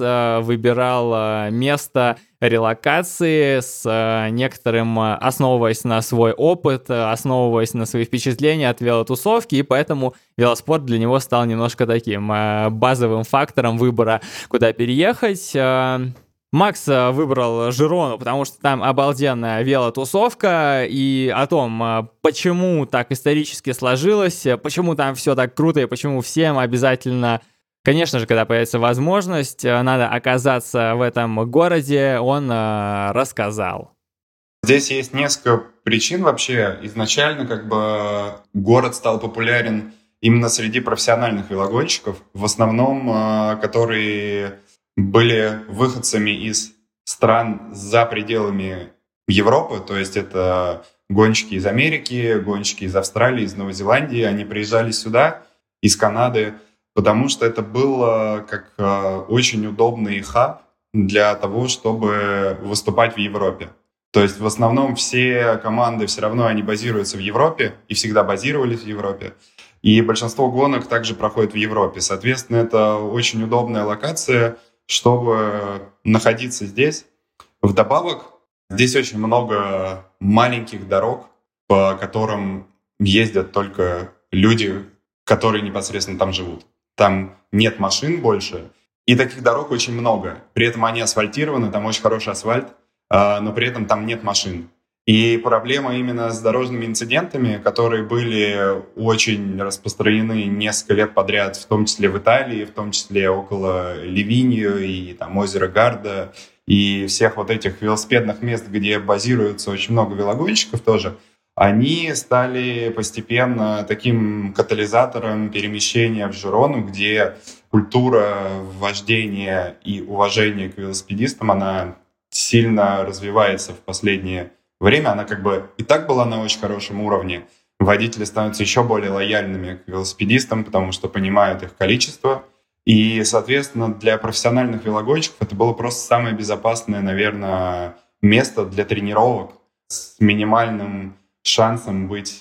выбирал место релокации с некоторым, основываясь на свой опыт, основываясь на свои впечатления от велотусовки, и поэтому велоспорт для него стал немножко таким базовым фактором выбора, куда переехать. Макс выбрал Жирону, потому что там обалденная велотусовка, и о том, почему так исторически сложилось, почему там все так круто, и почему всем обязательно, конечно же, когда появится возможность, надо оказаться в этом городе, он рассказал. Здесь есть несколько причин вообще. Изначально как бы город стал популярен именно среди профессиональных велогонщиков, в основном которые были выходцами из стран за пределами Европы, то есть это гонщики из Америки, гонщики из Австралии, из Новой Зеландии, они приезжали сюда, из Канады, потому что это был как очень удобный хаб для того, чтобы выступать в Европе. То есть в основном все команды все равно они базируются в Европе и всегда базировались в Европе. И большинство гонок также проходит в Европе. Соответственно, это очень удобная локация, чтобы находиться здесь. Вдобавок, здесь очень много маленьких дорог, по которым ездят только люди, которые непосредственно там живут. Там нет машин больше, и таких дорог очень много. При этом они асфальтированы, там очень хороший асфальт, но при этом там нет машин. И проблема именно с дорожными инцидентами, которые были очень распространены несколько лет подряд, в том числе в Италии, в том числе около Ливиньо и там озера Гарда, и всех вот этих велосипедных мест, где базируется очень много велогонщиков тоже, они стали постепенно таким катализатором перемещения в Жирону, где культура вождения и уважения к велосипедистам, она сильно развивается в последние время. Она как бы и так была на очень хорошем уровне. Водители становятся еще более лояльными к велосипедистам, потому что понимают их количество. И, соответственно, для профессиональных велогонщиков это было просто самое безопасное, наверное, место для тренировок с минимальным шансом быть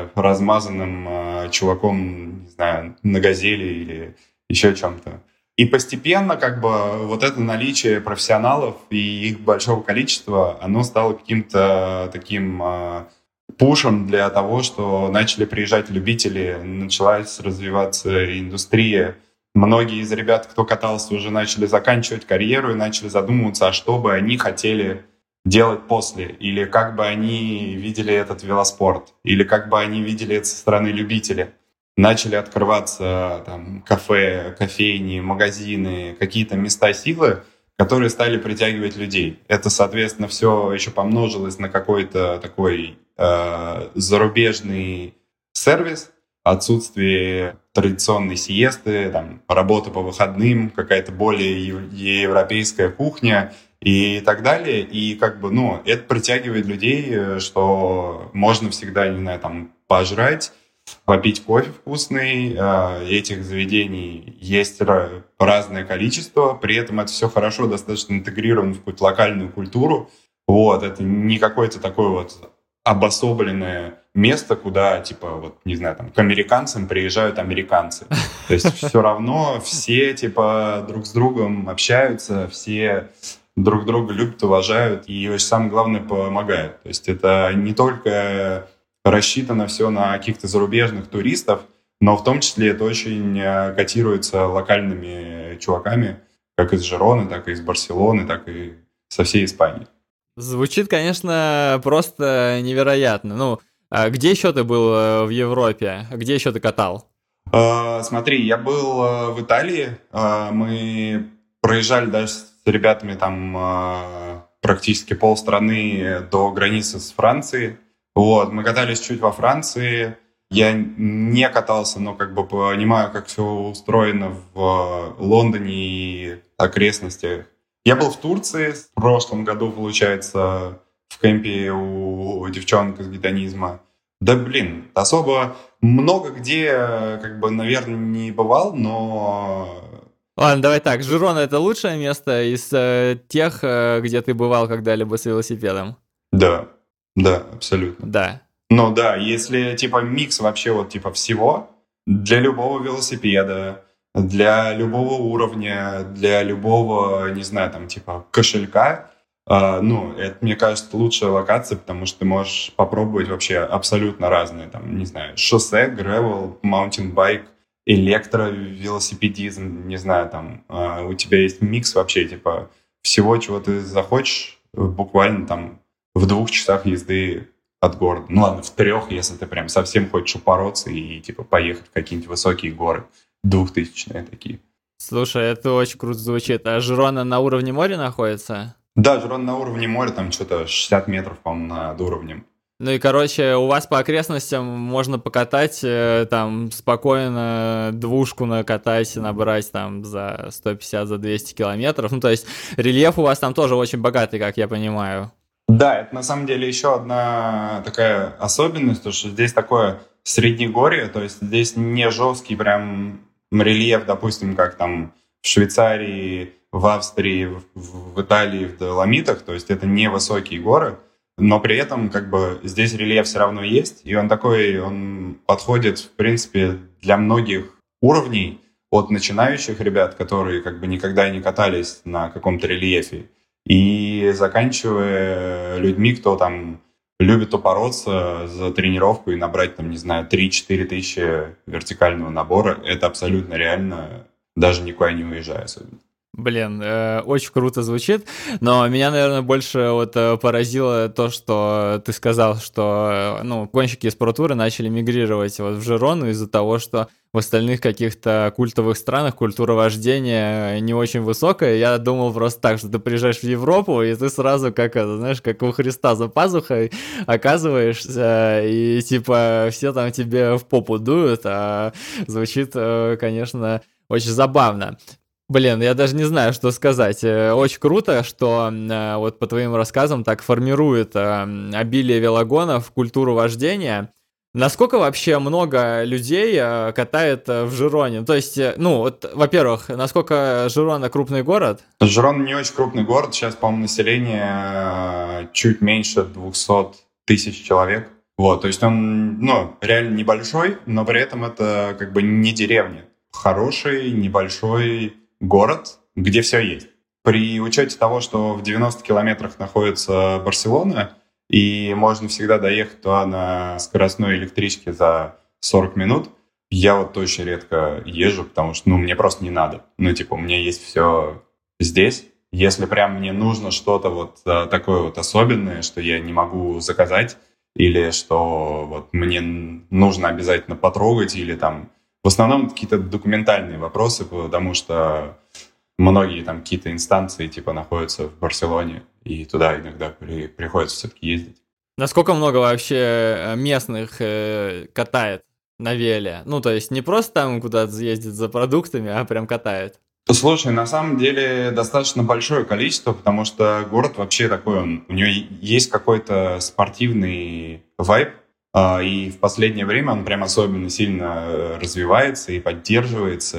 размазанным чуваком, не знаю, на газели или еще чем-то. И постепенно как бы вот это наличие профессионалов и их большого количества, оно стало каким-то таким пушем для того, что начали приезжать любители, началась развиваться индустрия. Многие из ребят, кто катался, уже начали заканчивать карьеру и начали задумываться, а что бы они хотели делать после, или как бы они видели этот велоспорт, или как бы они видели это со стороны любителей. Начали открываться там кафе, кофейни, магазины, какие-то места силы, которые стали притягивать людей. Это, соответственно, все еще помножилось на какой-то такой зарубежный сервис, отсутствие традиционной сиесты, там, работа по выходным, какая-то более европейская кухня и так далее. И как бы, ну, это притягивает людей, что можно всегда, не знаю, там, пожрать, попить кофе вкусный. Этих заведений есть разное количество, при этом это все хорошо достаточно интегрировано в какую-то локальную культуру. Вот, это не какое-то такое вот обособленное место, куда, типа, вот, не знаю, там, к американцам приезжают американцы. То есть все равно все, типа, друг с другом общаются, все друг друга любят, уважают и, самое главное, помогают. То есть это не только рассчитано все на каких-то зарубежных туристов, но в том числе это очень котируется локальными чуваками, как из Жироны, так и из Барселоны, так и со всей Испании. Звучит, конечно, просто невероятно. Ну, а где еще ты был в Европе? Где еще ты катал? Смотри, я был в Италии. Мы проезжали даже с ребятами там практически полстраны до границы с Францией. Вот, мы катались чуть во Франции. Я не катался, но как бы понимаю, как все устроено в Лондоне и окрестностях. Я был в Турции в прошлом году, получается, в кемпе у девчонок из гедонизма. Да, блин, особо много где, как бы, наверное, не бывал, но... Ладно, давай так, Жирона — это лучшее место из тех, где ты бывал когда-либо с велосипедом? Да, абсолютно. Да. Ну да, если, типа, микс вообще вот, типа, всего, для любого велосипеда, для любого уровня, для любого, не знаю, там, типа, кошелька, это, мне кажется, лучшая локация, потому что ты можешь попробовать вообще абсолютно разные, там, не знаю, шоссе, грэвел, маунтинбайк, электровелосипедизм, не знаю, там, у тебя есть микс вообще, типа, всего, чего ты захочешь, буквально там в 2 часах езды от города. Ну ладно, в 3, если ты прям совсем хочешь упороться и, типа, поехать в какие-нибудь высокие горы, 2000-е такие. Слушай, это очень круто звучит. А Жирона на уровне моря находится? Да, Жирона на уровне моря, там что-то 60 метров, по-моему, над уровнем. Ну и, короче, у вас по окрестностям можно покатать, там, спокойно двушку накатать, набрать там за 150, за 200 километров. Ну, то есть рельеф у вас там тоже очень богатый, как я понимаю. Да, это на самом деле еще одна такая особенность, то что здесь такое среднегорье, то есть здесь не жесткий прям рельеф, допустим, как там в Швейцарии, в Австрии, в Италии, в Доломитах, то есть это не высокие горы, но при этом как бы здесь рельеф все равно есть, и он такой, он подходит, в принципе, для многих уровней, от начинающих ребят, которые как бы никогда не катались на каком-то рельефе, и заканчивая людьми, кто там любит упороться за тренировку и набрать там, не знаю, 3-4 тысячи вертикального набора. Это абсолютно реально, даже никуда не уезжая особенно. Блин, очень круто звучит, но меня, наверное, больше вот поразило то, что ты сказал, что, гонщики из Pro-Tour начали мигрировать вот в Жирону из-за того, что в остальных каких-то культовых странах культура вождения не очень высокая. Я думал просто так, что ты приезжаешь в Европу, и ты сразу, как у Христа за пазухой оказываешься, и типа все там тебе в попу дуют, а звучит, конечно, очень забавно. Блин, я даже не знаю, что сказать. Очень круто, что вот по твоим рассказам так формирует обилие велогонов, культуру вождения. Насколько вообще много людей катает в Жироне? То есть, во-первых, насколько Жирона крупный город? Жирона не очень крупный город. Сейчас, по-моему, население чуть меньше 200 тысяч человек. Вот, то есть он, реально небольшой, но при этом это как бы не деревня. Хороший, небольшой город, где все есть. При учете того, что в 90 километрах находится Барселона, и можно всегда доехать туда на скоростной электричке за 40 минут, я вот очень редко езжу, потому что, мне просто не надо. У меня есть все здесь. Если прям мне нужно что-то вот такое вот особенное, что я не могу заказать, или что вот мне нужно обязательно потрогать, или там... В основном какие-то документальные вопросы, потому что многие там какие-то инстанции типа находятся в Барселоне, и туда иногда приходится все-таки ездить. Насколько много вообще местных катает на веле? То есть не просто там куда-то ездит за продуктами, а прям катает? Слушай, на самом деле достаточно большое количество, потому что город вообще такой, у него есть какой-то спортивный вайб, и в последнее время он прям особенно сильно развивается и поддерживается,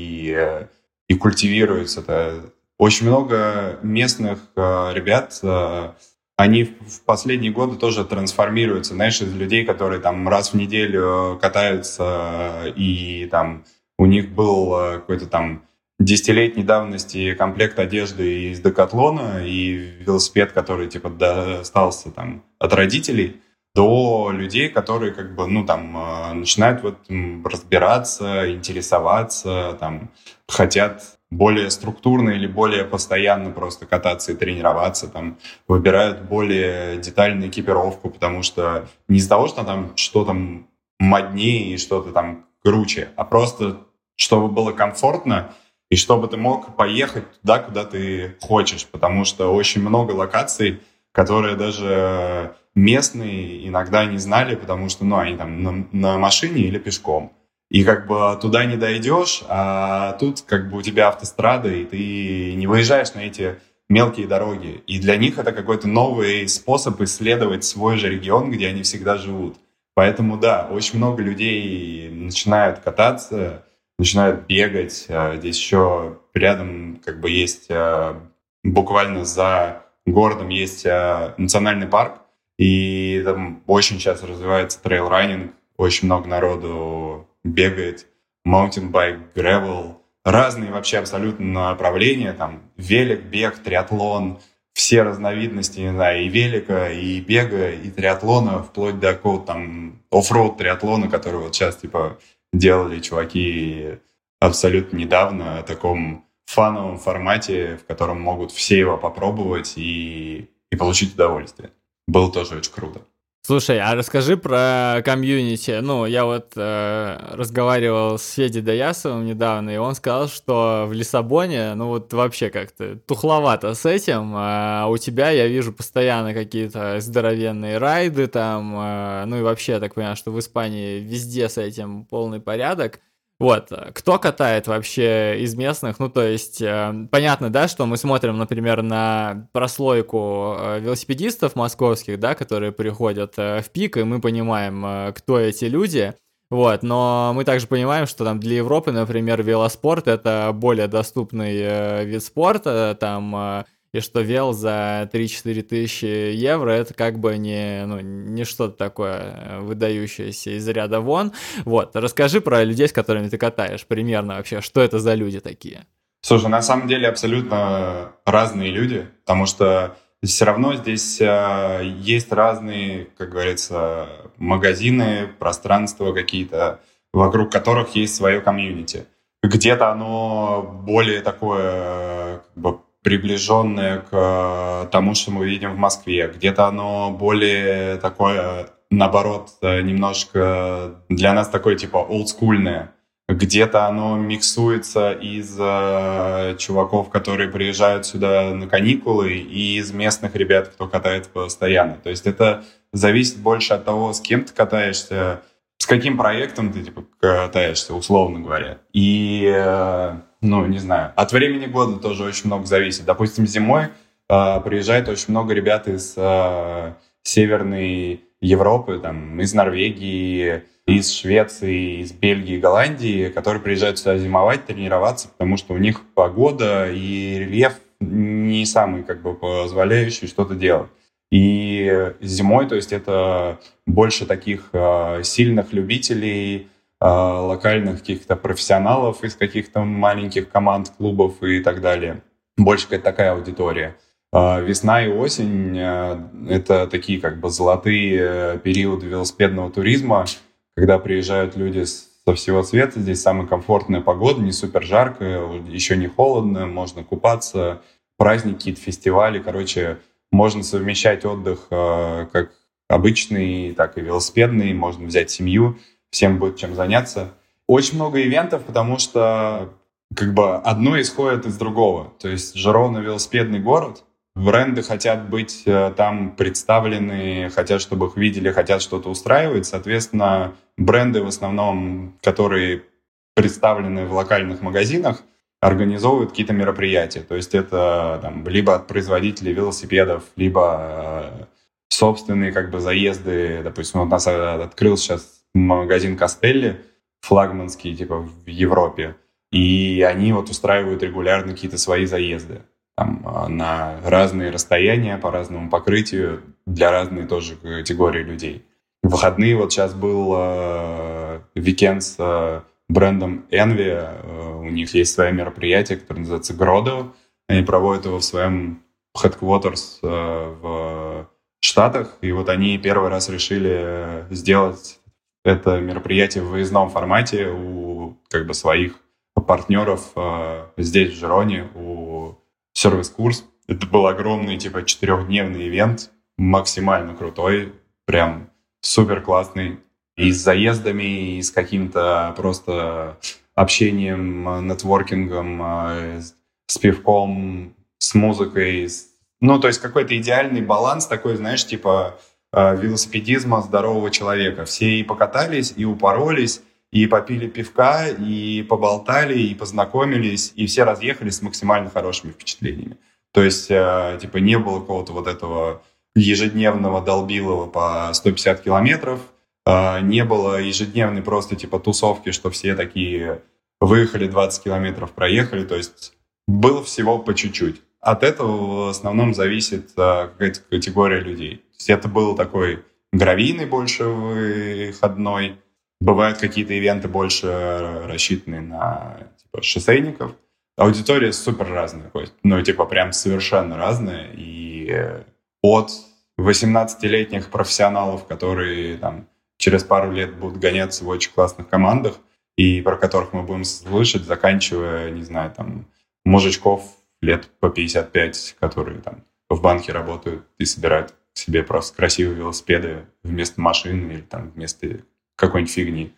и культивируется. Это очень много местных ребят, они в последние годы тоже трансформируются, знаешь, из людей, которые там раз в неделю катаются, и там у них был какой-то там 10-летней давности комплект одежды из Декатлона и велосипед, который типа достался там от родителей, до людей, которые как бы, начинают в этом разбираться, интересоваться, там, хотят более структурно или более постоянно просто кататься и тренироваться, там, выбирают более детальную экипировку, потому что не из-за того, что там что-то моднее и что-то там круче, а просто чтобы было комфортно и чтобы ты мог поехать туда, куда ты хочешь, потому что очень много локаций, которые даже местные иногда не знали, потому что, они там на машине или пешком. И как бы туда не дойдешь, а тут как бы у тебя автострада, и ты не выезжаешь на эти мелкие дороги. И для них это какой-то новый способ исследовать свой же регион, где они всегда живут. Поэтому, да, очень много людей начинают кататься, начинают бегать. Здесь еще рядом как бы есть, буквально за городом есть национальный парк, и там очень сейчас развивается трейл-раннинг, очень много народу бегает, маунтинбайк, грэвел, разные вообще абсолютно направления, там велик, бег, триатлон, все разновидности, не знаю, и велика, и бега, и триатлона, вплоть до какого-то там оффроуд триатлона, который вот сейчас типа делали чуваки абсолютно недавно, в таком фановом формате, в котором могут все его попробовать и получить удовольствие. Было тоже очень круто. Слушай, а расскажи про комьюнити. Я вот разговаривал с Федей Даясовым недавно, и он сказал, что в Лиссабоне, вообще как-то тухловато с этим. А у тебя, я вижу, постоянно какие-то здоровенные райды там, и вообще, я так понимаю, что в Испании везде с этим полный порядок. Вот, кто катает вообще из местных? То есть, понятно, да, что мы смотрим, например, на прослойку велосипедистов московских, да, которые приходят в пик, и мы понимаем, кто эти люди, вот, но мы также понимаем, что там для Европы, например, велоспорт — это более доступный вид спорта, там, и что вел за 3-4 тысячи евро — это как бы не что-то такое выдающееся из ряда вон. Вот, расскажи про людей, с которыми ты катаешь, примерно вообще, что это за люди такие? Слушай, на самом деле абсолютно разные люди, потому что все равно здесь есть разные, как говорится, магазины, пространства какие-то, вокруг которых есть свое комьюнити. Где-то оно более такое, как бы, приближенное к тому, что мы видим в Москве. Где-то оно более такое, наоборот, немножко для нас такое типа олдскульное. Где-то оно миксуется из чуваков, которые приезжают сюда на каникулы, и из местных ребят, кто катает постоянно. То есть это зависит больше от того, с кем ты катаешься, с каким проектом ты типа катаешься, условно говоря. И не знаю, от времени года тоже очень много зависит. Допустим, зимой приезжает очень много ребят из Северной Европы, там, из Норвегии, из Швеции, из Бельгии, Голландии, которые приезжают сюда зимовать, тренироваться, потому что у них погода и рельеф не самый как бы позволяющий что-то делать. И зимой, то есть это больше таких сильных любителей, локальных каких-то профессионалов из каких-то маленьких команд, клубов и так далее. Больше какая-то такая аудитория. Весна и осень — это такие как бы золотые периоды велосипедного туризма, когда приезжают люди со всего света. Здесь самая комфортная погода, не супер жарко, еще не холодно, можно купаться, праздники, какие-то фестивали. Короче, можно совмещать отдых как обычный, так и велосипедный, можно взять семью, всем будет чем заняться. Очень много ивентов, потому что как бы одно исходит из другого. То есть Жирона — велосипедный город, бренды хотят быть там представлены, хотят, чтобы их видели, хотят что-то устраивать. Соответственно, бренды в основном, которые представлены в локальных магазинах, организовывают какие-то мероприятия. То есть это там, либо от производителей велосипедов, либо собственные как бы заезды. Допустим, у нас открылся сейчас магазин Костелли, флагманский типа в Европе, и они вот устраивают регулярно какие-то свои заезды там, на разные расстояния, по разному покрытию, для разной тоже категории людей. В выходные вот сейчас был викенд с брендом Envy, у них есть свое мероприятие, которое называется Grotto, они проводят его в своем headquarters в Штатах, и вот они первый раз решили сделать это мероприятие в выездном формате у как бы своих партнеров здесь, в Жироне, у Service Course. Это был огромный, типа, 4-дневный ивент, максимально крутой, прям супер классный. И с заездами, и с каким-то просто общением, нетворкингом, с пивком, с музыкой. Ну, то есть какой-то идеальный баланс такой, знаешь, типа велосипедизма здорового человека. Все и покатались, и упоролись, и попили пивка, и поболтали, и познакомились, и все разъехались с максимально хорошими впечатлениями. То есть, типа, не было какого-то вот этого ежедневного долбилова по 150 километров, не было ежедневной просто, типа, тусовки, что все такие выехали 20 километров, проехали, то есть было всего по чуть-чуть. От этого в основном зависит какая-то категория людей. То есть это был такой гравийный больше выходной. Бывают какие-то ивенты больше рассчитанные на типа шоссейников. Аудитория супер разная. Ну, типа прям совершенно разная. И от 18-летних профессионалов, которые там через пару лет будут гоняться в очень классных командах, и про которых мы будем слышать, заканчивая, не знаю, там, мужичков лет по 55, которые там в банке работают и собирают себе просто красивые велосипеды вместо машин или там вместо какой-нибудь фигни.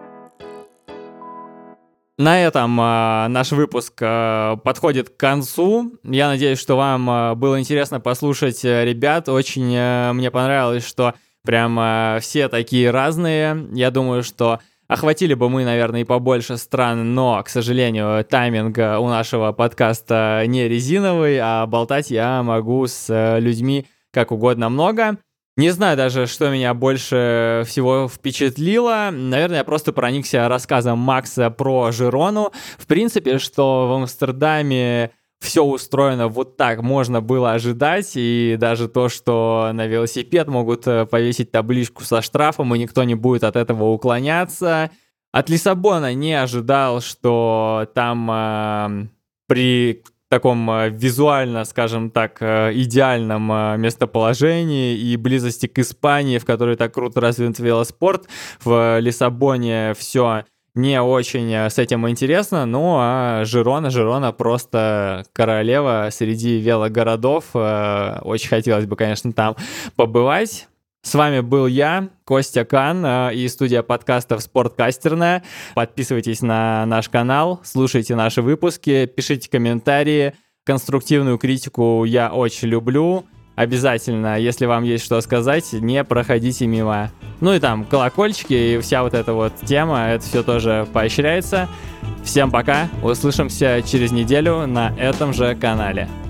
На этом наш выпуск подходит к концу. Я надеюсь, что вам было интересно послушать ребят. Очень мне понравилось, что прям все такие разные. Я думаю, что охватили бы мы, наверное, и побольше стран, но, к сожалению, тайминг у нашего подкаста не резиновый, а болтать я могу с людьми как угодно много. Не знаю даже, что меня больше всего впечатлило. Наверное, я просто проникся рассказом Макса про Жирону. В принципе, что в Амстердаме все устроено вот так, можно было ожидать. И даже то, что на велосипед могут повесить табличку со штрафом, и никто не будет от этого уклоняться. От Лиссабона не ожидал, что там при таком визуально, скажем так, идеальном местоположении и близости к Испании, в которой так круто развит велоспорт, в Лиссабоне все не очень с этим интересно, ну а Жирона просто королева среди велогородов. Очень хотелось бы, конечно, там побывать. С вами был я, Костя Кан, и студия подкастов «Спорткастерная». Подписывайтесь на наш канал, слушайте наши выпуски, пишите комментарии. Конструктивную критику я очень люблю. Обязательно, если вам есть что сказать, не проходите мимо. Ну и там колокольчики и вся вот эта вот тема, это все тоже поощряется. Всем пока, услышимся через неделю на этом же канале.